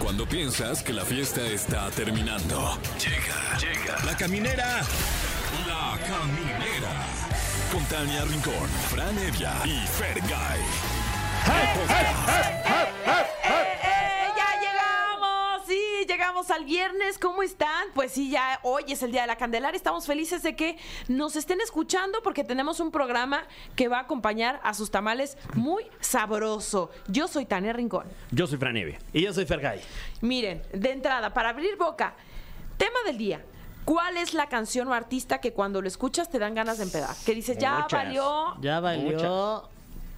Cuando piensas que la fiesta está terminando. Llega La Caminera. La Caminera. Con Tania Rincón, Fran Evia y Fergay. ¡Ya llegamos! Sí, llegamos al viernes. ¿Cómo están? Pues sí, ya hoy es el Día de la Candelaria. Estamos felices de que nos estén escuchando porque tenemos un programa que va a acompañar a sus tamales muy sabroso. Yo soy Tania Rincón. Yo soy Fran Evia. Y yo soy Fergay. Miren, de entrada, para abrir boca, tema del día. ¿Cuál es la canción o artista que cuando lo escuchas te dan ganas de empedar? Que dices, ya Muchas. valió. Ya valió. Muchas.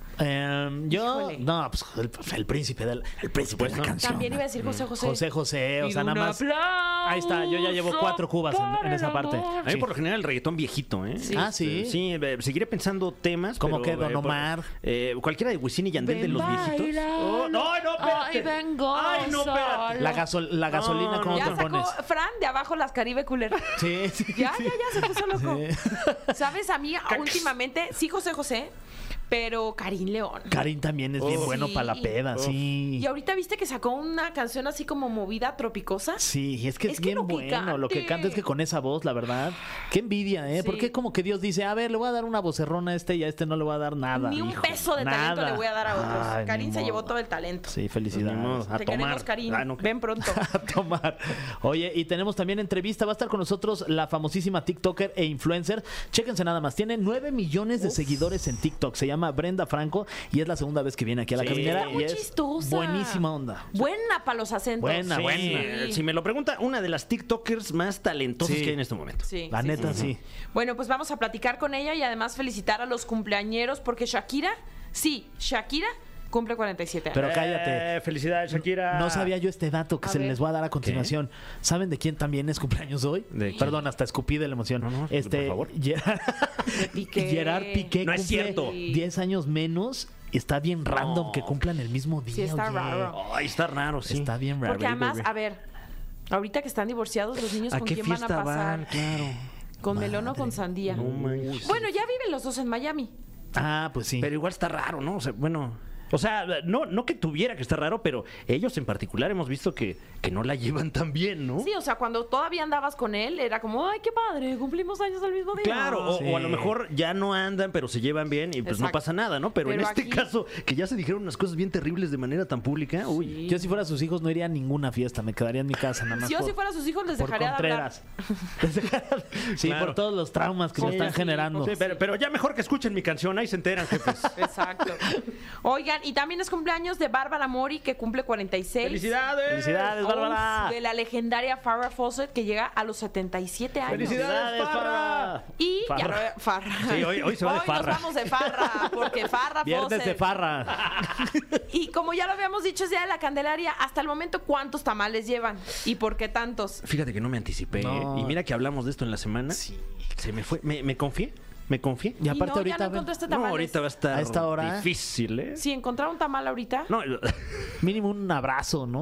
Yo, Híjole. no, pues el príncipe de la canción. También iba a decir José José. José José, o Pido sea, nada un más. aplauso Ahí está, yo ya llevo 4 cubas en esa parte. A mí Sí. por lo general el reggaetón viejito, ¿eh? Sí. Ah, sí. Sí, seguiré pensando temas. ¿Cómo pero, que Don Omar? Cualquiera de Wisin y Yandel de los viejitos. Oh, no, espérate. Ay, vengo. Ay, no, espérate. La gasolina, No, ¿cómo Ya te sacó pones? Fran de abajo las Caribe Cooler. Sí, sí. Ya se puso loco. Sí. ¿Sabes? A mí últimamente, sí José José, pero Karim León. Karim también es bien Oh. bueno Sí. para la peda, Y sí. ahorita viste que sacó una canción así como movida tropicosa. Sí, es que es Es que bien lo que bueno. Lo que cante. canta es que con esa voz, la verdad. Qué envidia, ¿eh? Sí. Porque como que Dios dice, a ver, le voy a dar una vocerrona a este y a este no le voy a dar nada. Ni un hijo. peso de talento Nada. le voy a dar a otros. Ay, Karim ni se modo. llevó todo el talento. Sí, Ni felicidades. modo, a Te tomar. queremos, Karim. Ah, no. Ven pronto. A tomar. Oye, y tenemos también entrevista. Va a estar con nosotros la famosísima TikToker e influencer. Chéquense nada más. Tiene 9 millones de seguidores en TikTok. Se llama Brenda Franco y es la segunda vez que viene aquí a la Sí. caminera. Está muy y es chistosa. buenísima onda. Buena para los acentos. Buena, Sí, buena. Si me lo pregunta, una de las TikTokers más talentosas Sí. que hay en este momento. Sí, La sí, neta, sí. sí. Bueno, pues vamos a platicar con ella y además felicitar a los cumpleañeros porque Shakira cumple 47 años. Pero cállate. Felicidades, Shakira. No sabía yo este dato que A se ver. les voy a dar a continuación. ¿Saben de quién también es cumpleaños hoy? ¿De quién? Perdón, hasta escupí de la emoción. No, por favor. Piqué. Gerard Piqué No es cumple cierto. 10 años menos. Está bien random No. que cumplan el mismo día. Sí, está oye. raro. Ay, está raro, sí. Está bien raro. Porque además, a ver, ahorita que están divorciados, los niños ¿A con qué quién van a fiesta pasar. van? Claro. ¿Con melón o con sandía? No manches. Bueno, ya viven los dos en Miami. Ah, pues sí. Pero igual está raro, ¿no? O sea, bueno. O sea, no que tuviera que estar raro, pero ellos en particular hemos visto que no la llevan tan bien, ¿no? Sí, o sea, cuando todavía andabas con él, era como, ay, qué padre, cumplimos años al mismo día. Claro, Sí. o a lo mejor ya no andan, pero se llevan bien y pues no Exacto. pasa nada, ¿no? Pero en Pero este aquí- caso, que ya se dijeron unas cosas bien terribles de manera tan pública, uy. Sí. Yo si fuera sus hijos no iría a ninguna fiesta, me quedaría en mi casa nada más. Si yo por- si fuera sus hijos, les por dejaría de hablar. Contreras. Sí, Claro. por todos los traumas que me Sí, están sí, generando. Sí, pero ya mejor que escuchen mi canción, ahí se enteran, jefes. Exacto. Oigan, y también es cumpleaños de Bárbara Mori, que cumple 46. ¡Felicidades! Felicidades, Bárbara. Uf, de la legendaria Farrah Fawcett, que llega a los 77 años. ¡Felicidades, Farrah! Y Farrah. ya Farrah. Sí, hoy se va de farra. Nos vamos de farra, porque Farrah Viernes de Fawcett. farra. Y como ya lo habíamos dicho, es Día de la Candelaria. Hasta el momento, ¿cuántos tamales llevan? ¿Y por qué tantos? Fíjate que no me anticipé. No. Y mira que hablamos de esto en la semana. Sí. Se me fue. Me confié. Me confié. Y aparte no, ahorita. ya no a ver, encontraste No, tamales. ahorita va a estar ¿A esta hora? difícil, ¿eh? Si encontrar un tamal ahorita. No, mínimo un abrazo, ¿no?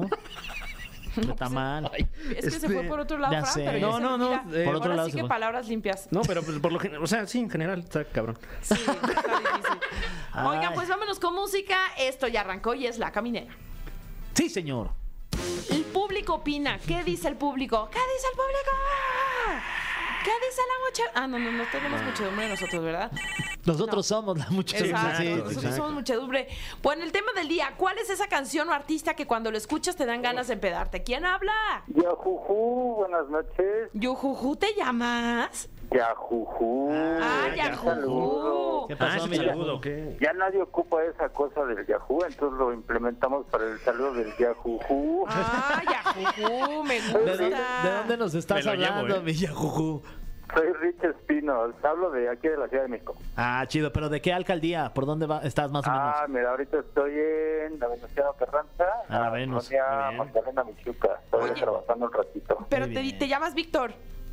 De tamal. Es que se fue por otro lado, ya Fran, sé. pero ya No, se no, me no, mira. por otro Ahora lado sí se que fue. palabras limpias. no, pero pues, por lo general, o sea, sí, en general está cabrón. Sí, está difícil. Oigan, Ay. pues vámonos con música. Esto ya arrancó y es La Caminera. Sí, señor. El público opina. ¿Qué dice el público? ¿Qué dice el público? ¿Qué dice la muchedumbre? Ah, no tenemos muchedumbre nosotros, ¿verdad? Nosotros somos la muchedumbre. Exacto, sí, nosotros exacto. somos muchedumbre. Bueno, el tema del día, ¿cuál es esa canción o artista que cuando lo escuchas te dan ganas de empedarte? ¿Quién habla? Yajujú, buenas noches. ¿Yujuju te llamas? Yajujú. Ah, Saludos. Yajuju. ¿Qué pasó, ese amigo? saludo, ¿qué? Ya nadie ocupa esa cosa del Yahoo, entonces lo implementamos para el saludo del Yajujú. Ah, Yajuju, me ¿De dónde, gusta. de dónde nos estás Me lo llevo, hablando, ¿eh? mi Yajujú? Soy Rich Espino, hablo de aquí de la Ciudad de México. Ah, chido, pero ¿de qué alcaldía? ¿Por dónde estás más o menos? Mira, ahorita estoy en la Venustiano Carranza, Ah, la Venus, colonia muy bien. Magdalena Michuca. Estoy Oye. trabajando un ratito. Pero Muy te, bien. te llamas Víctor.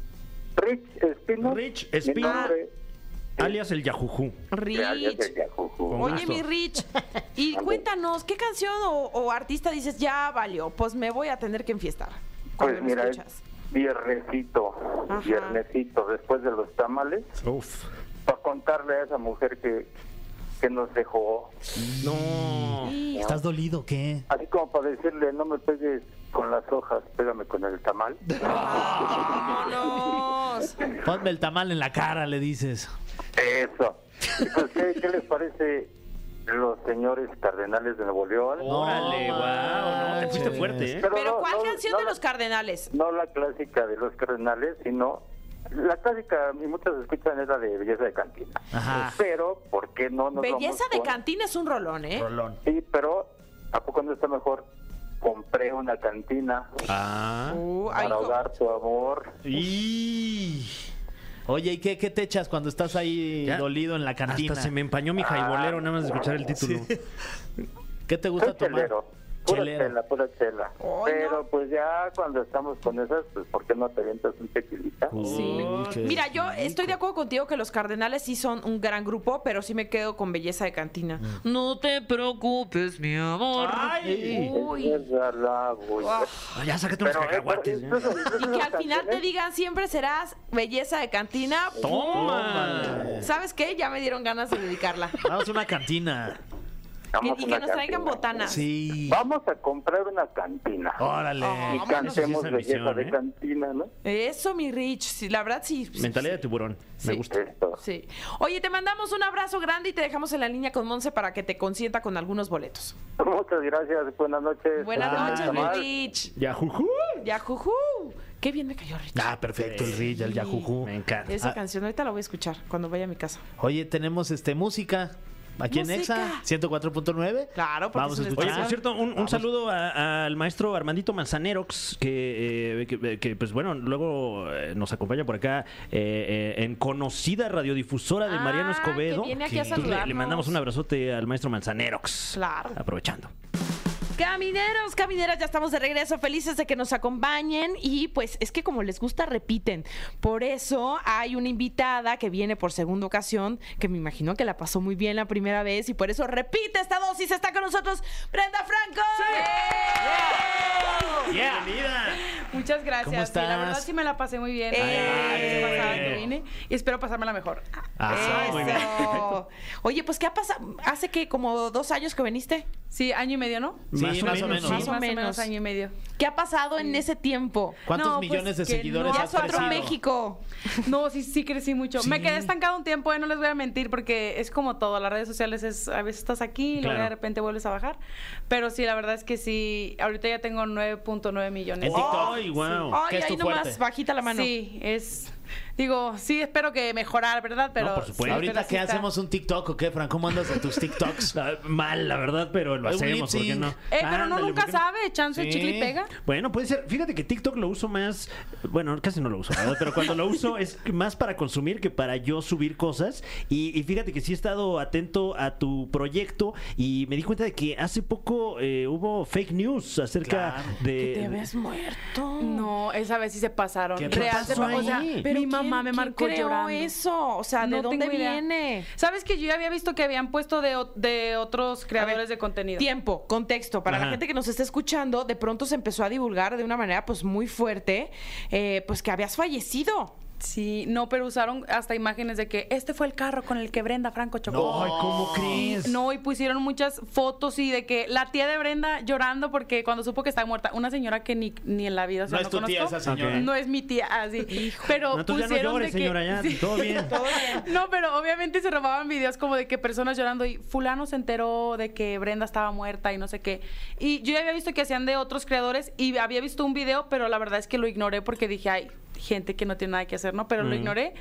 Rich Espino. Rich mi Espino. nombre, Alias el Yajujú. alias Rich. del Yajujú. Oye, gusto. mi Rich, y cuéntanos, ¿qué canción o artista dices, ya valió, pues me voy a tener que enfiestar? Cuando Pues lo mira, es escuchas. viernesito, después de los tamales, Uf. para contarle a esa mujer que que nos dejó. No. ¿Estás dolido o qué? Así como para decirle, no me pegues con las hojas, pégame con el tamal. ¡Vámonos! Ponme el tamal en la cara, le dices. Eso. Pues, ¿qué les parece los señores cardenales de Nuevo León? Órale, No, wow. No, te fuiste manches. fuerte, ¿eh? Pero ¿cuál canción de los Cardenales? No la clásica de los cardenales, sino la clásica, y muchos escuchan, es la de Belleza de Cantina. Ajá. Pero, ¿por qué no nos Belleza vamos de con- Cantina es un rolón, ¿eh? Rolón. Sí, pero ¿a poco no está mejor? Compré una cantina Ah. Ay, para ahogar tu amor. Y... Oye, ¿y qué te echas cuando estás ahí Ya. dolido en la cantina? Hasta se me empañó mi jaibolero nada más de escuchar el título. ¿Qué te gusta Soy tomar? chelero. Pura Chelero. chela, pura chela. Ay, Pero no. pues ya cuando estamos con esas, pues ¿por qué no te avientas un tequilita? Sí. qué Mira, yo estoy de acuerdo contigo que los Cardenales sí son un gran grupo, pero sí me quedo con Belleza de Cantina. No te preocupes, mi amor. Ay. Uy. Es verdad, güey. Ah. Ah, ya sácate unos cacahuates. ¿eh? Y que al final te digan siempre serás Belleza de Cantina. Toma. ¿Sabes qué? Ya me dieron ganas de dedicarla. Vamos a una cantina. Y que nos traigan botanas. Sí. Vamos a comprar una cantina. Órale. Y vámonos. cantemos Esa Belleza ambición, de ¿eh? Cantina, ¿no? Eso, mi Rich. Sí, la verdad, sí. Mentalidad de tiburón. Me Sí. gusta. Esto. Sí. Oye, te mandamos un abrazo grande y te dejamos en la línea con Monse para que te consienta con algunos boletos. Muchas gracias. Buenas noches. Buenas Gracias, noches, mi Tamal. Rich. Ya, juju. Ya, juju. Qué bien me cayó, Rich. Ah, perfecto, el Rich, el Yajujú. Me encanta. Esa canción ahorita la voy a escuchar cuando vaya a mi casa. Oye, tenemos música aquí en Música. Exa 104.9. Claro, porque Vamos a es un escuchar. Oye, por cierto, un saludo al maestro Armandito Manzanerox, que, pues bueno, luego nos acompaña por acá en conocida radiodifusora de Mariano Escobedo. Que viene aquí a Entonces, saludarnos. le mandamos un abrazote al maestro Manzanerox. Claro. Aprovechando. Camineros, camineras, ya estamos de regreso, felices de que nos acompañen y pues es que como les gusta repiten, por eso hay una invitada que viene por segunda ocasión, que me imagino que la pasó muy bien la primera vez y por eso repite esta dosis, está con nosotros Brenda Franco. Bienvenida. Muchas gracias. ¿Cómo Sí, la verdad estás? sí me la pasé muy bien. Ay, La vez pasada bueno. que vine y espero pasármela mejor. Ah, muy bien. Eso. Oye, pues ¿qué ha pasado? ¿Hace que como 2 años que viniste? Sí, año y medio, ¿no? Sí, Más o más o menos, menos. sí. Más o Más o menos. menos año y medio. ¿Qué ha pasado en ese tiempo? ¿Cuántos No, pues, millones de que seguidores no. Ya has es otro crecido? México. No, sí crecí mucho. Sí. Me quedé estancado un tiempo, no les voy a mentir, porque es como todo. Las redes sociales es, a veces estás aquí y luego Claro. de repente vuelves a bajar. Pero sí, la verdad es que sí. Ahorita ya tengo 9.9 millones. En TikTok. Ay, wow. Ay, ¿Qué es ahí tu nomás, fuerte? bajita la mano. Sí, digo, sí espero que mejorar, ¿verdad? Pero por supuesto. sí, Ahorita pero sí que está. hacemos un TikTok o qué, Fran, ¿cómo andas en tus TikToks? Mal, la verdad, pero lo Un hacemos, ¿por qué lip no? sync. Pero no Ándale, nunca ¿por qué no? sabe, chance Sí. chicle y pega. Bueno, puede ser. Fíjate que TikTok lo uso más. Bueno, casi no lo uso, ¿verdad? Pero cuando lo uso es más para consumir que para yo subir cosas. Y fíjate que sí he estado atento a tu proyecto y me di cuenta de que hace poco hubo fake news acerca Claro. de. Te ves muerto. No, esa vez sí se pasaron. ¿Qué Real, pasó o sea, ahí? Pero mi mamá me marcó creó llorando. eso? O sea, ¿de No dónde tengo idea. viene? ¿Sabes que yo ya había visto que habían puesto de otros creadores de contenido? Tiempo, contexto. Para Ajá. la gente que nos está escuchando, de pronto se empezó a divulgar de una manera pues muy fuerte, pues que habías fallecido. Sí, no, pero usaron hasta imágenes de que este fue el carro con el que Brenda Franco chocó. Ay, ¿cómo crees? No, y pusieron muchas fotos y de que la tía de Brenda llorando porque cuando supo que estaba muerta, una señora que ni en la vida, o sea, No es tu tía conozco. esa señora. Ok. No es mi tía, así. Pero No, entonces ya no pusieron llores, de que señora, ya, sí. todo bien. No, pero obviamente se robaban videos como de que personas llorando y fulano se enteró de que Brenda estaba muerta y no sé qué. Y yo ya había visto que hacían de otros creadores y había visto un video, pero la verdad es que lo ignoré porque dije, ay, gente que no tiene nada que hacer, ¿no? Pero lo ignoré.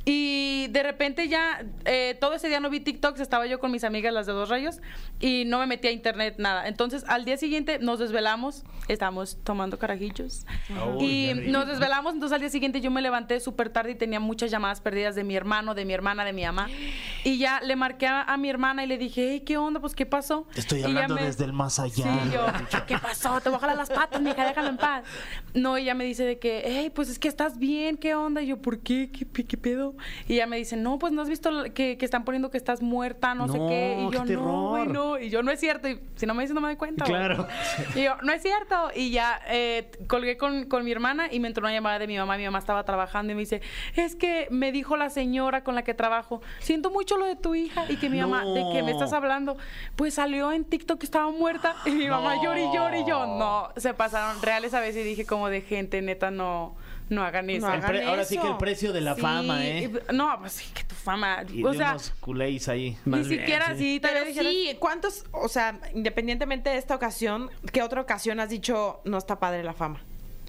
Y de repente ya, todo ese día no vi TikToks, estaba yo con mis amigas, las de Dos Rayos, y no me metí a internet, nada. Entonces, al día siguiente nos desvelamos, estábamos tomando carajillos, y nos desvelamos, entonces al día siguiente yo me levanté súper tarde y tenía muchas llamadas perdidas de mi hermano, de mi hermana, de mi mamá. Y ya le marqué a mi hermana y le dije, hey, ¿qué onda? Pues, ¿qué pasó? Estoy Y ella hablando desde el más allá. Sí, yo, ¿qué pasó? Te voy a jalar las patas, mija, déjalo en paz. No, ella me dice de que, hey, pues es que estás bien, ¿qué onda? Y yo, ¿por qué? ¿Qué pedo? Y ella me dice, no, pues no has visto que están poniendo que estás muerta, no sé qué. Y yo, qué no, güey, terror. no. Y yo, no es cierto. Y si no me dices, no me doy cuenta. güey. Claro. Y yo, no es cierto. Y ya colgué con mi hermana y me entró una llamada de mi mamá. Mi mamá estaba trabajando y me dice, es que me dijo la señora con la que trabajo, siento mucho lo de tu hija y que mi mamá, de que me estás hablando, pues salió en TikTok que estaba muerta. Y mi mamá llora y llora y yo, no, se pasaron reales a veces y dije como de gente, neta, no hagan eso. No hagan Ahora sí eso. que el precio de la Sí, fama, ¿eh? No, pues sí, que tu fama. Y O de sea, unos culéis ahí. ni Más bien, siquiera sí. sí, Pero todavía dijeras- sí, ¿cuántos, o sea, independientemente de esta ocasión, qué otra ocasión has dicho no está padre la fama?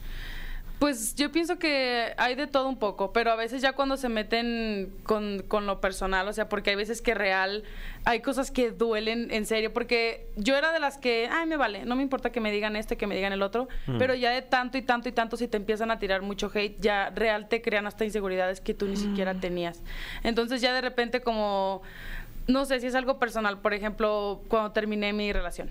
Pues yo pienso que hay de todo un poco, pero a veces ya cuando se meten con lo personal, o sea, porque hay veces que real hay cosas que duelen en serio, porque yo era de las que, ay, me vale, no me importa que me digan esto y que me digan el otro, pero ya de tanto y tanto y tanto, si te empiezan a tirar mucho hate, ya real te crean hasta inseguridades que tú ni siquiera tenías. Entonces ya de repente como... No sé si es algo personal, por ejemplo, cuando terminé mi relación.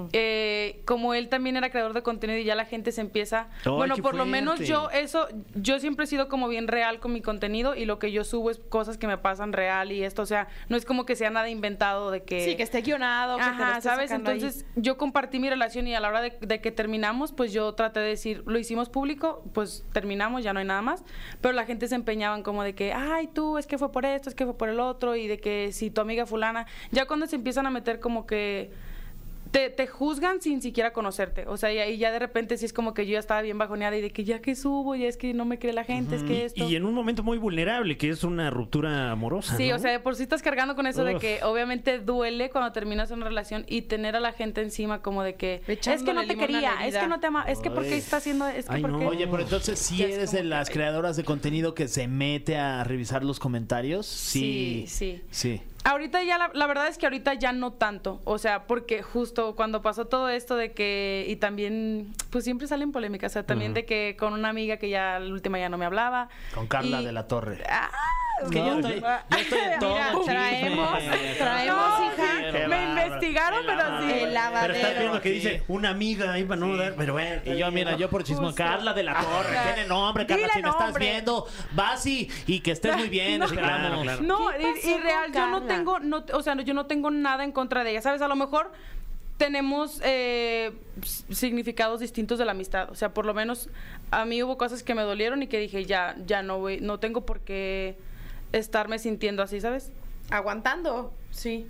Como él también era creador de contenido y ya la gente se empieza... ¡Ay, bueno, qué por lo menos fuerte! yo siempre he sido como bien real con mi contenido y lo que yo subo es cosas que me pasan real y esto, o sea, no es como que sea nada inventado de que... Sí, que esté guionado, que te lo Ajá, esté ¿sabes? sacando ahí. Entonces yo compartí mi relación y a la hora de que terminamos, pues yo traté de decir, lo hicimos público, pues terminamos, ya no hay nada más, pero la gente se empeñaban como de que, ay, tú, es que fue por esto, es que fue por el otro, y de que si tu amiga fulana, ya cuando se empiezan a meter como que... Te juzgan sin siquiera conocerte. O sea, y ya de repente sí es como que yo ya estaba bien bajoneada y de que ya que subo, ya es que no me cree la gente, es que esto... Y en un momento muy vulnerable, que es una ruptura amorosa. Sí, ¿no? o sea, de por sí estás cargando con eso de Uf. que obviamente duele cuando terminas una relación y tener a la gente encima como de que es que Echándole no te limón a la quería, es herida. que no te ama, es que porque Ay. está haciendo, es que Ay, porque... no. Oye, pero entonces sí Ya es eres como de que, las ay. creadoras de contenido que se mete a revisar los comentarios. Sí, sí. Sí. Ahorita ya, la verdad es que ahorita ya no tanto, o sea, porque justo cuando pasó todo esto de que, y también, pues siempre salen polémicas, o sea, también de que con una amiga que ya la última ya no me hablaba. Con Carla y- de la Torre. Es que yo estoy en todo Mira, chisme. traemos, No, hija. sí, me investigaron, pero sí. El Pero lavadero. estás viendo que dice una amiga ahí para no dar, pero bueno. Y yo, mira, yo por chismo, Justo. Carla de la Torre, tiene nombre, Carla, Dile si me estás nombre. viendo, vas y que estés muy bien, No. esperamos. Claro. No, ¿Qué y pasó real, con yo no Carla? tengo, o sea, yo no tengo nada en contra de ella, ¿sabes? A lo mejor tenemos significados distintos de la amistad, o sea, por lo menos a mí hubo cosas que me dolieron y que dije, ya no voy, no tengo por qué estarme sintiendo así, ¿sabes? Aguantando, sí.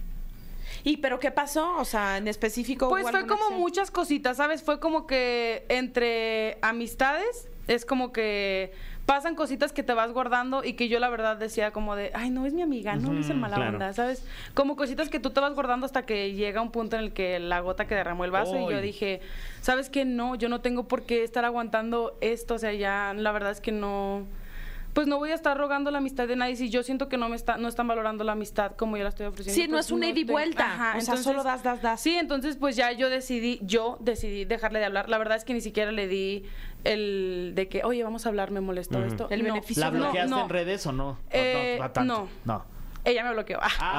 ¿Y pero qué pasó? O sea, en específico. Pues ¿hubo fue alguna como acción? muchas cositas, ¿sabes? Fue como que entre amistades es como que pasan cositas que te vas guardando y que yo la verdad decía como de, ay, no es mi amiga, no le hice mala claro. onda, ¿sabes? Como cositas que tú te vas guardando hasta que llega un punto en el que la gota que derramó el vaso y yo Ay. dije, ¿sabes qué? No, yo no tengo por qué estar aguantando esto, o sea, ya la verdad es que no... Pues no voy a estar rogando la amistad de nadie si yo siento que no están valorando la amistad como yo la estoy ofreciendo. Sí, no pues es una ida y estoy- vuelta. Ajá, O sea, solo das. Sí, entonces pues ya yo decidí dejarle de hablar. La verdad es que ni siquiera le di el de que, oye, vamos a hablar, me molestó esto. El No. beneficio ¿La No, bloqueaste no. en redes o no? Eh, tanto. No. Ella me bloqueó.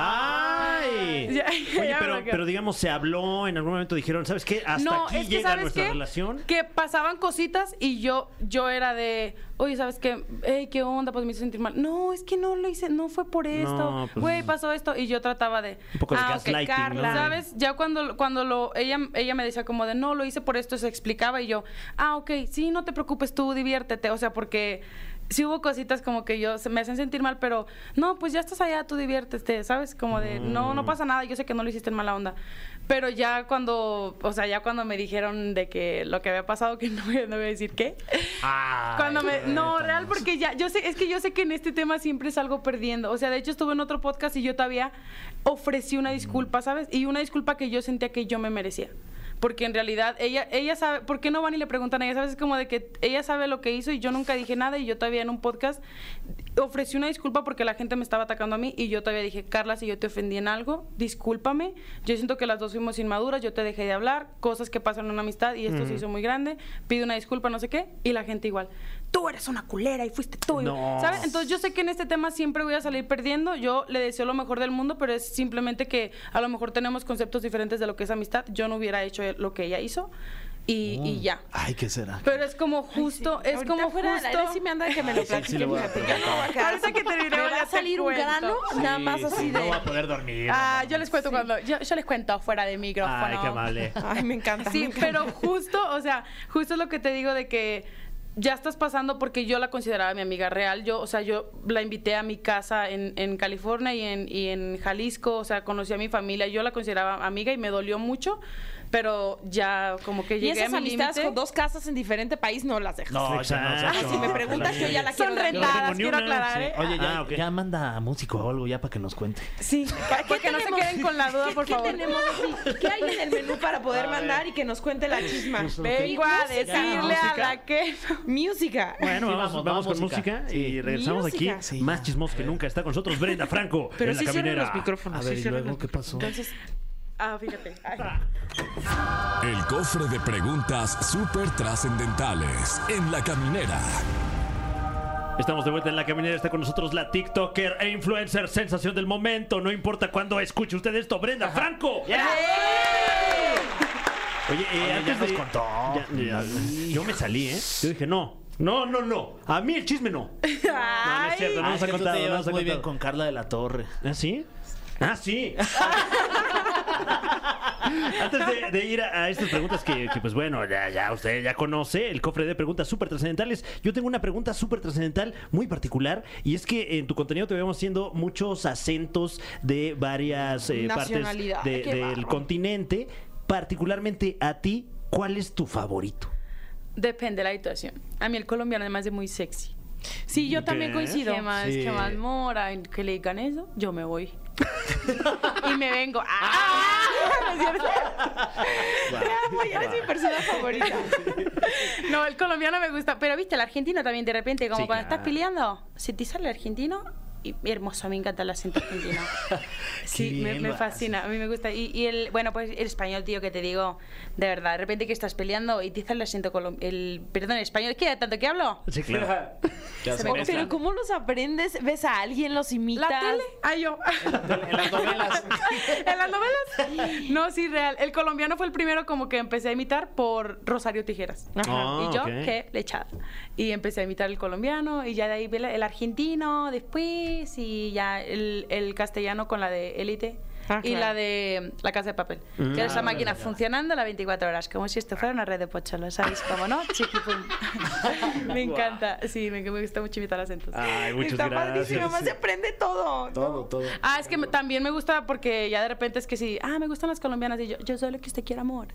¡Ay! Ya, Oye, ya me pero bloqueó. digamos, se habló, en algún momento dijeron, ¿sabes qué? Hasta No, aquí es que llega ¿sabes nuestra qué? relación. Que pasaban cositas y yo era de, oye, ¿sabes qué? Ey, ¿qué onda? Pues me hizo sentir mal. No, es que no lo hice, no fue por esto. No, pues- Güey, pasó esto. Y yo trataba de... Un poco de ok, gaslighting, Carla, ¿no? ¿sabes? Ya ella me decía como de, no, lo hice por esto, se explicaba. Y yo, ok, sí, no te preocupes tú, diviértete. O sea, porque... Sí hubo cositas como que me hacen sentir mal, pero no, pues ya estás allá, tú diviértete, ¿sabes? Como de, no pasa nada, yo sé que no lo hiciste en mala onda. Pero ya cuando me dijeron de que lo que había pasado, que no voy a decir qué. No, real, porque yo sé que en este tema siempre salgo perdiendo. O sea, de hecho estuve en otro podcast y yo todavía ofrecí una disculpa, ¿sabes? Y una disculpa que yo sentía que yo me merecía. Porque en realidad ella sabe, ¿por qué no van y le preguntan a ella? ¿Sabes? Es como de que ella sabe lo que hizo y yo nunca dije nada y yo todavía en un podcast ofrecí una disculpa porque la gente me estaba atacando a mí y yo todavía dije, Carla, si yo te ofendí en algo, discúlpame. Yo siento que las dos fuimos inmaduras, yo te dejé de hablar, cosas que pasan en una amistad y esto se hizo muy grande, pido una disculpa, no sé qué, y la gente igual, tú eres una culera y fuiste tú. No. ¿Sabes? Entonces yo sé que en este tema siempre voy a salir perdiendo, yo le deseo lo mejor del mundo, pero es simplemente que a lo mejor tenemos conceptos diferentes de lo que es amistad, yo no hubiera hecho lo que ella hizo. y ya. Ay, ¿qué será? Pero es como justo, es Ahorita como fuera del aire justo. sí me anda que me lo platique. sí le voy a fíjate, ya no voy a quedar Ahorita así. que terminemos, Me va ya a te salir un cuento. grano, nada más así No de... va a poder dormir. Yo les cuento cuando, yo les cuento fuera de micrófono. Ay, qué amable. Ay, me encanta. Sí, me encanta. pero justo, o sea, justo es lo que te digo de que ya estás pasando porque yo la consideraba mi amiga real. Yo la invité a mi casa en California y en Jalisco, o sea, conocí a mi familia. Yo la consideraba amiga y me dolió mucho, pero ya como que Y llegué esas a mi amistades límite. con 2 casas en diferente país no las dejas. No, Exacto. Ah, si me preguntas, yo ya la quiero Son de amiga. rentadas, ni quiero una. aclarar, ¿eh? Oye, ya, ok. ya manda músico o algo ya para que nos cuente. Sí, porque no se tenemos? queden con la duda, por ¿Qué favor. tenemos así? ¿Qué hay en el menú para poder mandar y que nos cuente la chisma? Vengo a Música. decirle a la que... Música. Bueno, Sí, vamos con música. música Sí. y regresamos Música. aquí. Sí, Más ya. chismoso que nunca. Está con nosotros Brenda Franco Pero en sí la cierren caminera. los micrófonos. A ver, sí ¿y cierren luego los qué pasó? Entonces, Fíjate. Ay. El cofre de preguntas súper trascendentales en La Caminera. Estamos de vuelta en la caminera. Está con nosotros la TikToker e influencer sensación del momento. No importa cuándo escuche usted esto, Brenda Franco. Oye, antes ya nos de... contó. Yo me salí, ¿eh? Yo dije, no. A mí el chisme no. No, no es cierto, no nos ha que tú contado. te No llevas nos ha muy bien contado. con Carla de la Torre. ¿Ah, sí? ¡Ah, sí! Antes de ir a estas preguntas que, pues bueno, ya usted ya conoce, el cofre de preguntas súper trascendentales, yo tengo una pregunta súper trascendental muy particular, y es que en tu contenido te vemos haciendo muchos acentos de varias partes Nacionalidad, qué del bárbaro. continente. Particularmente a ti, ¿cuál es tu favorito? Depende de la situación. A mí el colombiano además es muy sexy. sí, yo Ok. también coincido. ¿Qué más? Sí. ¿Qué más mora? Que le digan eso, yo me voy. Y me vengo. Te amo, y eres mi persona favorita. No, el colombiano me gusta. Pero viste, el argentino también de repente, como Sí, cuando claro. estás peleando, si te sale el argentino, y hermoso, me encanta el acento argentino. Sí, bien me lo fascina, a mí me gusta. Y el, bueno, pues el español, tío, que te digo, de verdad, de repente que estás peleando y te sale el acento perdón, el español, ¿qué? ¿Tanto que hablo? Sí, claro. Se me complica. Pero ¿cómo los aprendes? ¿Ves a alguien, los imitas? ¿La tele? Ay, yo. En las novelas. ¿En las novelas? No, sí, real. El colombiano fue el primero como que empecé a imitar por Rosario Tijeras. Ajá. Ah, Y yo, ok. qué lechada. Y empecé a imitar el colombiano y ya de ahí vi el argentino después y ya el castellano con la de Élite. Ah, Y claro. la de La Casa de Papel, que es la máquina funcionando las 24 horas, como si esto fuera una red de pocholos, ¿sabéis cómo no? Chiquipum. Me encanta, sí, me gusta mucho imitar acentos. Ay, muchas Está gracias. padrísimo, más se aprende todo. Todo. Es que también me gusta porque ya de repente es que sí, me gustan las colombianas y yo soy lo que usted quiera, amor.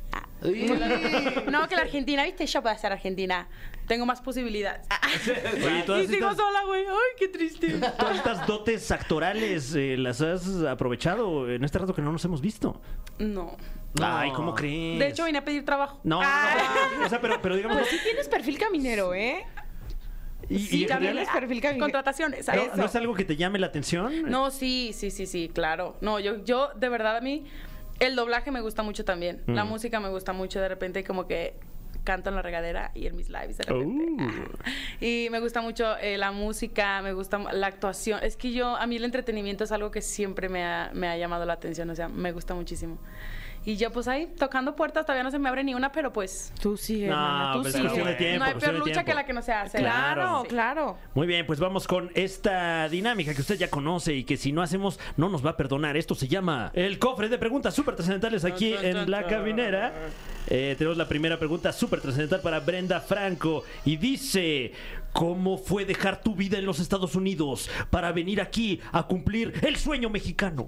No, que la Argentina, ¿viste? Yo puedo ser argentina. Tengo más posibilidades. Oye, todas Y sigo estas- sola, güey. Ay, qué triste. Todas estas dotes actorales las has aprovechado en este rato que no nos hemos visto. No. Ay, ¿cómo crees? De hecho, vine a pedir trabajo. No, o sea, pero digamos... Pues sí tienes perfil caminero, ¿eh? y en también general, es perfil caminero. Contrataciones. ¿no, eso. no es algo que te llame la atención? No, sí, claro. No, yo de verdad a mí el doblaje me gusta mucho también. La música me gusta mucho. De repente como que canto en la regadera y en mis lives de repente. Y me gusta mucho la música, me gusta la actuación. Es que a mí el entretenimiento es algo que siempre me ha llamado la atención. O sea, me gusta muchísimo. Y yo pues ahí tocando puertas, todavía no se me abre ni una, pero pues Tú sigue, No, hermana, tú pues, sigue. cuestión de tiempo. no hay cuestión peor de lucha tiempo. que la que no se hace. Claro, Sí. claro. Muy bien, pues vamos con esta dinámica que usted ya conoce y que si no hacemos no nos va a perdonar. Esto se llama el cofre de preguntas súper trascendentales aquí en La Caminera. Tenemos la primera pregunta súper trascendental para Brenda Franco y dice: ¿cómo fue dejar tu vida en los Estados Unidos para venir aquí a cumplir el sueño mexicano?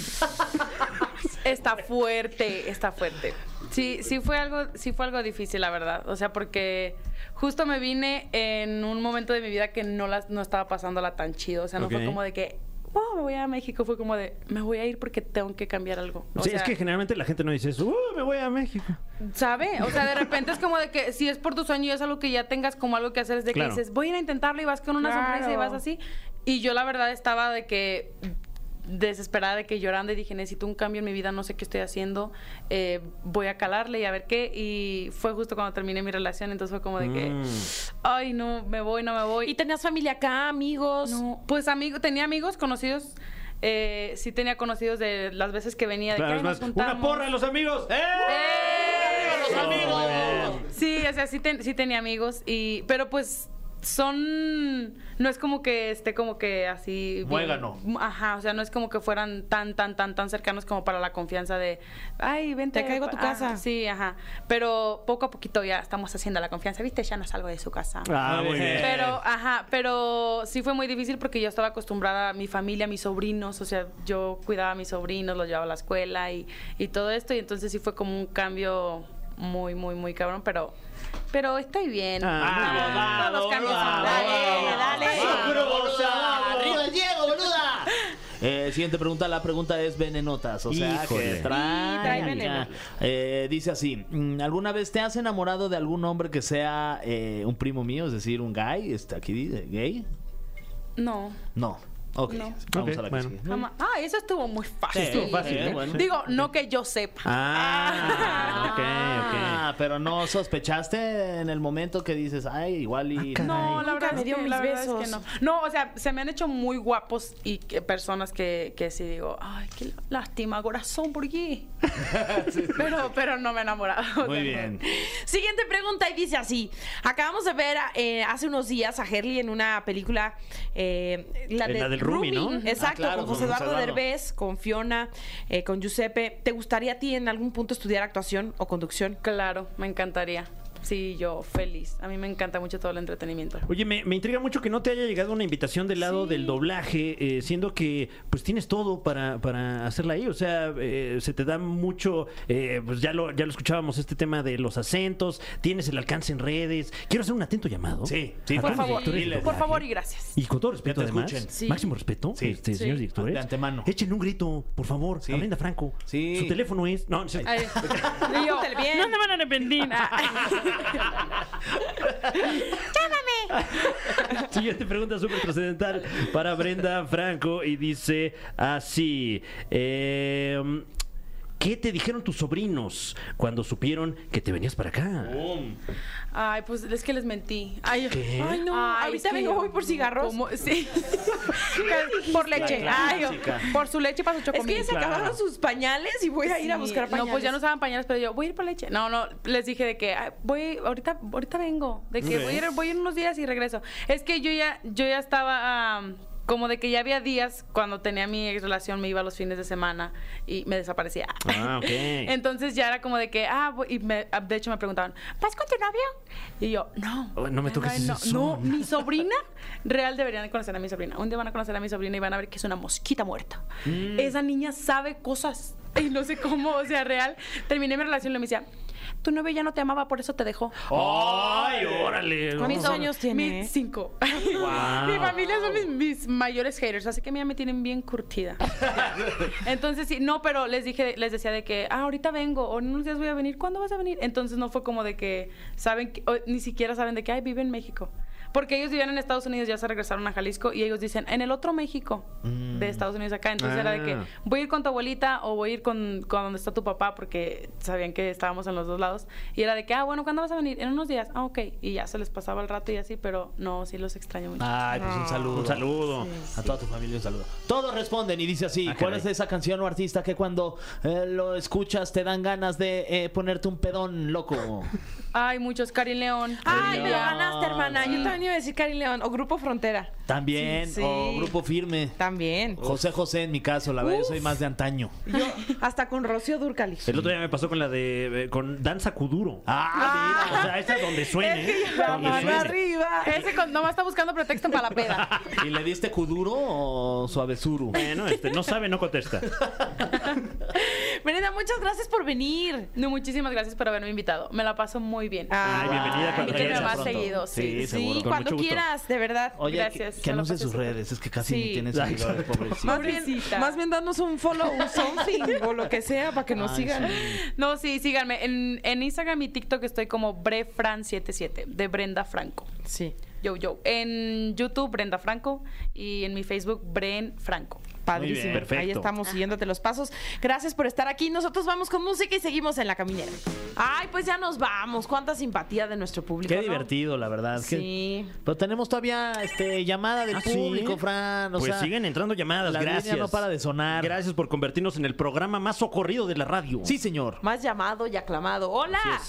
Está fuerte, está fuerte. Sí fue algo difícil, la verdad. O sea, porque justo me vine en un momento de mi vida que no estaba pasándola tan chido. O sea, no Ok. fue como de que, me voy a México. Fue como de, me voy a ir porque tengo que cambiar algo. O Sí, sea, es que generalmente la gente no dice eso. Me voy a México. ¿sabe? O sea, de repente es como de que si es por tu sueño y es algo que ya tengas como algo que hacer, es de Claro. que dices, voy a ir a intentarlo y vas con una Claro. sonrisa y vas así. Y yo la verdad estaba de que desesperada, de que llorando y dije, necesito un cambio en mi vida, no sé qué estoy haciendo, voy a calarle y a ver qué. Y fue justo cuando terminé mi relación, entonces fue como de que, ay, no me voy. ¿Y tenías familia acá, amigos? No, pues tenía amigos conocidos. Sí tenía conocidos de las veces que venía de Claro, que es "Ay, más, nos una juntamos". porra a los amigos. ¡Eh! ¡Arriba los amigos! o sea, sí tenía amigos, pero pues no es como que esté como que así bien- Muégano. Ajá, o sea, no es como que fueran tan cercanos como para la confianza de, ay, vente. Te caigo a tu casa. Sí, ajá. Pero poco a poquito ya estamos haciendo la confianza, ¿viste? Ya no salgo de su casa. Ah, muy bien. Pero sí fue muy difícil porque yo estaba acostumbrada a mi familia, a mis sobrinos, o sea, yo cuidaba a mis sobrinos, los llevaba a la escuela y todo esto, y entonces sí fue como un cambio muy, muy, muy cabrón, pero estoy bien. Ah, Todos los cambios son- Dale. ¡Arriba el Diego, boluda! Siguiente pregunta, la pregunta es venenotas, o sea, Híjole. que trae veneno. acá. Dice así, ¿alguna vez te has enamorado de algún hombre que sea un primo mío, es decir, un gay? Aquí dice, ¿gay? No. No. Ok, No. vamos Ok, a la que bueno. sigue. Jamás. Eso estuvo muy fácil. Sí, estuvo fácil, bueno. Digo, no que yo sepa. Ah, ok. Pero no sospechaste en el momento que dices, ay, igual y... No, la Nunca verdad me es dio que, mis la verdad es besos. que no. No, o sea, se me han hecho muy guapos y personas que sí digo, ay, qué lástima, corazón, ¿por qué? Pero no me he enamorado. Muy bien. Siguiente pregunta y dice así. Acabamos de ver hace unos días a Herlie en una película, la del Rumi, ¿no? Exacto, claro, con José con José Eduardo Eduardo. Derbez, con Fiona, con Giuseppe. ¿Te gustaría a ti en algún punto estudiar actuación o conducción? Claro, me encantaría. Sí, yo feliz. A mí me encanta mucho todo el entretenimiento. Oye, me intriga mucho que no te haya llegado una invitación del lado del doblaje, siendo que pues tienes todo para hacerla ahí. O sea, se te da mucho, pues ya lo escuchábamos, este tema de los acentos, tienes el alcance en redes. Quiero hacer un atento llamado. Sí, a por todos los favor, actores de por doblaje. favor y gracias. Y con todo respeto, Que te además, escuchen. Sí. máximo respeto, Sí. señores directores. De antemano. Echen un grito, por favor, Sí. a Brenda Franco. Sí. Su teléfono es... No, no sé. Ay, y yo, Apúntale bien. no me van a arrepentir. Siguiente pregunta súper trascendental para Brenda Franco y dice así: ¿qué te dijeron tus sobrinos cuando supieron que te venías para acá? Ay, pues es que les mentí. Ay, ¿Qué? Ay, no, ahorita es que vengo, voy por cigarros. ¿cómo? Sí. Por leche. La Ay, clásica. por su leche para su Es que chocomil. ya se acabaron sus pañales y voy a ir a Sí. buscar pañales. No, pues ya no usaban pañales, pero yo voy a ir por leche. No, les dije de que ay, ahorita vengo, de que voy a ir unos días y regreso. Es que yo ya estaba como de que ya había días cuando tenía mi ex relación, me iba los fines de semana y me desaparecía. Ah, ok. Entonces ya era como de que, de hecho me preguntaban, ¿vas con tu novio? Y yo, no. Oh, no me toques Ay, ese no, son. no, mi sobrina, real deberían de conocer a mi sobrina. Un día van a conocer a mi sobrina y van a ver que es una mosquita muerta. Esa niña sabe cosas y no sé cómo, o sea, real. Terminé mi relación y le me decía, tu novio ya no te amaba, por eso te dejó. ¡Ay, órale! ¿Cuántos no. años tiene? 5. Mi familia son mis mayores haters, así que a mí ya me tienen bien curtida. Entonces sí, no, pero les decía de que, ahorita vengo, o en unos días voy a venir, ¿cuándo vas a venir? Entonces no fue como de que saben, ni siquiera saben de que, ay, vive en México. Porque ellos vivían en Estados Unidos, ya se regresaron a Jalisco y ellos dicen, en el otro México de Estados Unidos acá. Entonces era de que voy a ir con tu abuelita o voy a ir con donde está tu papá porque sabían que estábamos en los dos lados. Y era de que, bueno, ¿cuándo vas a venir? En unos días. Ah, ok. Y ya se les pasaba el rato y así, pero no, sí los extraño mucho. Ay, pues un saludo. Un saludo. A toda tu familia un saludo. Todos responden y dice así, ¿cuál caray. es esa canción o artista que cuando lo escuchas te dan ganas de ponerte un pedón loco? Ay, muchos. Karin León. Ay, me lo León. ganaste, hermana. Yo también iba a decir Karin León o Grupo Frontera. También, Sí. o Grupo Firme. También. José José en mi caso, la verdad, yo soy más de antaño. Yo hasta con Rocío Dúrcal. El otro día me pasó con la de con Danza Kuduro. Ah, O sea, esta es donde suene. La donde mano suene. arriba. Ese nomás está buscando pretexto para la peda. mira. ¿Y le diste Kuduro o Suavezuru? Bueno, no sabe, no contesta. Brenda, muchas gracias por venir. No, muchísimas gracias por haberme invitado. Me la paso muy bien. Ay, bienvenida cuando Invítenme quieras. más pronto. seguido, Sí, sí. seguro. Sí, Con cuando mucho gusto. quieras, de verdad. Oye, Gracias, que se lo anuncie pasé sus súper. redes, es que casi Sí. ni tienen seguidores, pobrecito. Pobrecita. Más bien danos un follow, un something o lo que sea para que nos Ay, sigan. sí. No, sí, síganme. En Instagram y TikTok estoy como brefran77 de Brenda Franco. Sí. Yo. En YouTube, Brenda Franco. Y en mi Facebook, Bren Franco. Padrísimo. bien, perfecto. Ahí estamos siguiéndote los pasos. Gracias por estar aquí. Nosotros vamos con música y seguimos en La Caminera. Ay, pues ya nos vamos. Cuánta simpatía de nuestro público. Qué ¿no? divertido, la verdad. Sí. Pero tenemos todavía llamada del ¿Ah, sí? público, Fran. O Pues sea, siguen entrando llamadas, la línea gracias. no para de sonar. Gracias por convertirnos en el programa más socorrido de la radio. Sí, señor. Más llamado y aclamado. ¡Hola! Así es.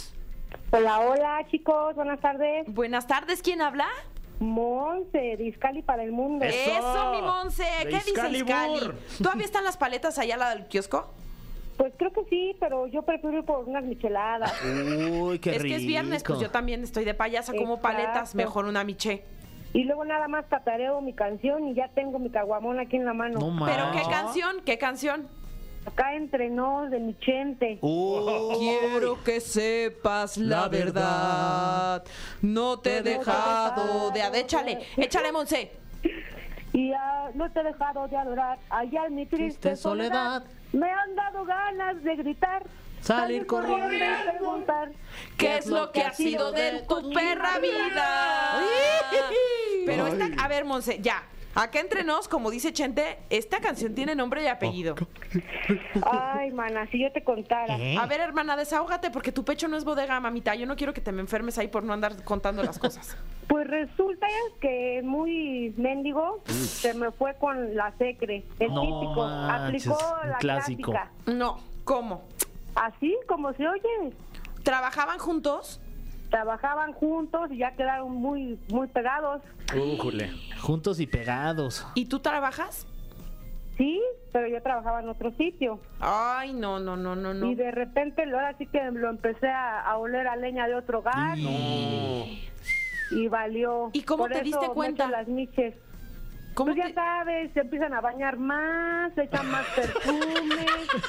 Hola, hola chicos, buenas tardes. Buenas tardes, ¿quién habla? Monse, de Iscali para el mundo. Eso, mi Monse. De ¿Qué dice Excalibur. Iscali? ¿Todavía están las paletas allá al lado del kiosco? Pues creo que sí, pero yo prefiero ir por unas micheladas. Uy, qué Es rico. que es viernes, pues yo también estoy de payasa, como Exacto. paletas, mejor una miche. Y luego nada más tatareo mi canción y ya tengo mi caguamón aquí en la mano. No ¿Pero qué manches. canción? ¿Qué canción? Acá entre nos de mi Chente. Quiero que sepas la verdad. No te he dejado de... Échale, Monse. Y no te he dejado de adorar. Allá en mi triste soledad. Me han dado ganas de gritar. Salir corriendo y preguntar. ¿Qué es lo que ha sido de tu perra vida? Pero a ver, Monse, ya. Acá entre nos, como dice Chente, esta canción tiene nombre y apellido. Ay, mana, si yo te contara. A ver, hermana, desahógate porque tu pecho no es bodega, mamita. Yo no quiero que te me enfermes ahí por no andar contando las cosas. Pues resulta que muy mendigo se me fue con la secre. El No típico. manches, Aplicó un la clásico. clásica. No, ¿cómo? Así como se oye. ¿Trabajaban juntos? Trabajaban juntos y ya quedaron muy, muy pegados. Újule. Juntos y pegados. ¿Y tú trabajas? Sí, pero yo trabajaba en otro sitio. Ay, no. Y de repente ahora sí que lo empecé a oler a leña de otro hogar. Y valió. ¿Y cómo Por te eso diste cuenta? meto las miches. ¿Cómo Pues ya sabes, se empiezan a bañar más, se echan más perfume.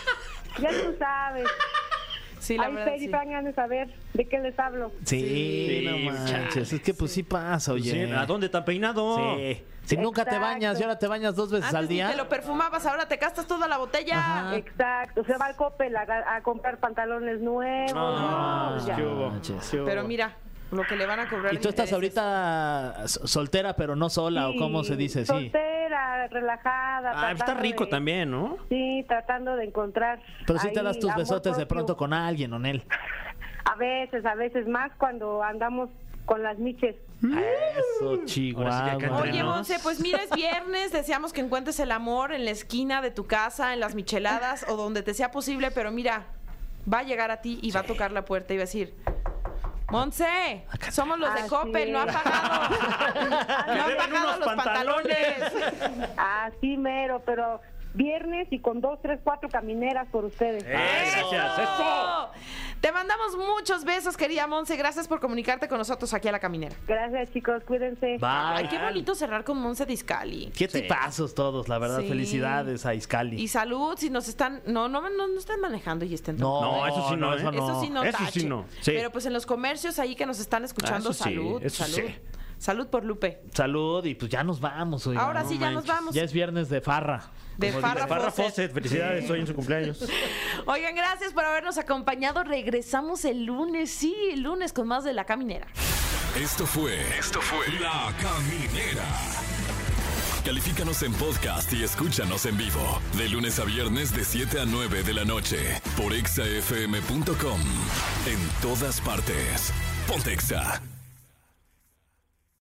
Ya tú sabes. Sí, la Ay, verdad, Fer y sí. Fran han de saber de qué les hablo. Sí, no Sí, manches. muchachos. Es que pues sí pasa, oye. Sí, ¿a dónde tan peinado? Sí. Si nunca te Exacto. bañas y ahora te bañas 2 veces al Antes ni día. te lo perfumabas, ahora te gastas toda la botella. Ajá. Exacto, se va al Coppel a comprar pantalones nuevos. Ah, no, ya. ¿qué hubo? manches. ¿Qué hubo? Pero mira, lo que le van a cobrar. ¿Y tú estás intereses. ahorita soltera pero no sola o Sí, cómo se dice? Sí. Soltera, relajada. Ah, está tratando rico de- también, ¿no? Sí, tratando de encontrar. Pero sí te ahí das tus amor besotes de propio. pronto con alguien o en él. A veces más cuando andamos con las miches. Eso, Ahora sí que acá Chihuahua. Oye, Entre nos. Monse, pues mira, es viernes, deseamos que encuentres el amor en la esquina de tu casa, en las micheladas o donde te sea posible, pero mira, va a llegar a ti y va a tocar la puerta y va a decir, Monse, somos los de Así Coppel, no ha es. pagado. No ha deben pagado unos los pantalones. Así mero, pero viernes y con 2, 3, 4 camineras por ustedes. Gracias, eso. Te mandamos muchos besos, querida Monse. Gracias por comunicarte con nosotros aquí a La Caminera. Gracias, chicos, cuídense. Ay, Bye. qué bonito cerrar con Monse de Iscali. Qué tipazos todos, la verdad. Sí. Felicidades a Iscali. Y salud, si nos están... No estén manejando y estén tomando. No, eso sí no, eso ¿eh? no. Eso sí no, Eso sí tache. no, sí. Pero pues en los comercios ahí que nos están escuchando, eso sí, salud, eso salud. sí. Salud por Lupe. Salud y pues ya nos vamos. Oiga, Ahora no sí, ya nos manches. vamos. Ya es viernes de farra. De Como farra dice. Farra Fawcett. Fawcett, felicidades, hoy en su cumpleaños. Oigan, gracias por habernos acompañado. Regresamos el lunes, sí, el lunes con más de La Caminera. Esto fue La Caminera. Califícanos en podcast y escúchanos en vivo de lunes a viernes de 7 a 9 de la noche por exafm.com. En todas partes. Ponte Exa.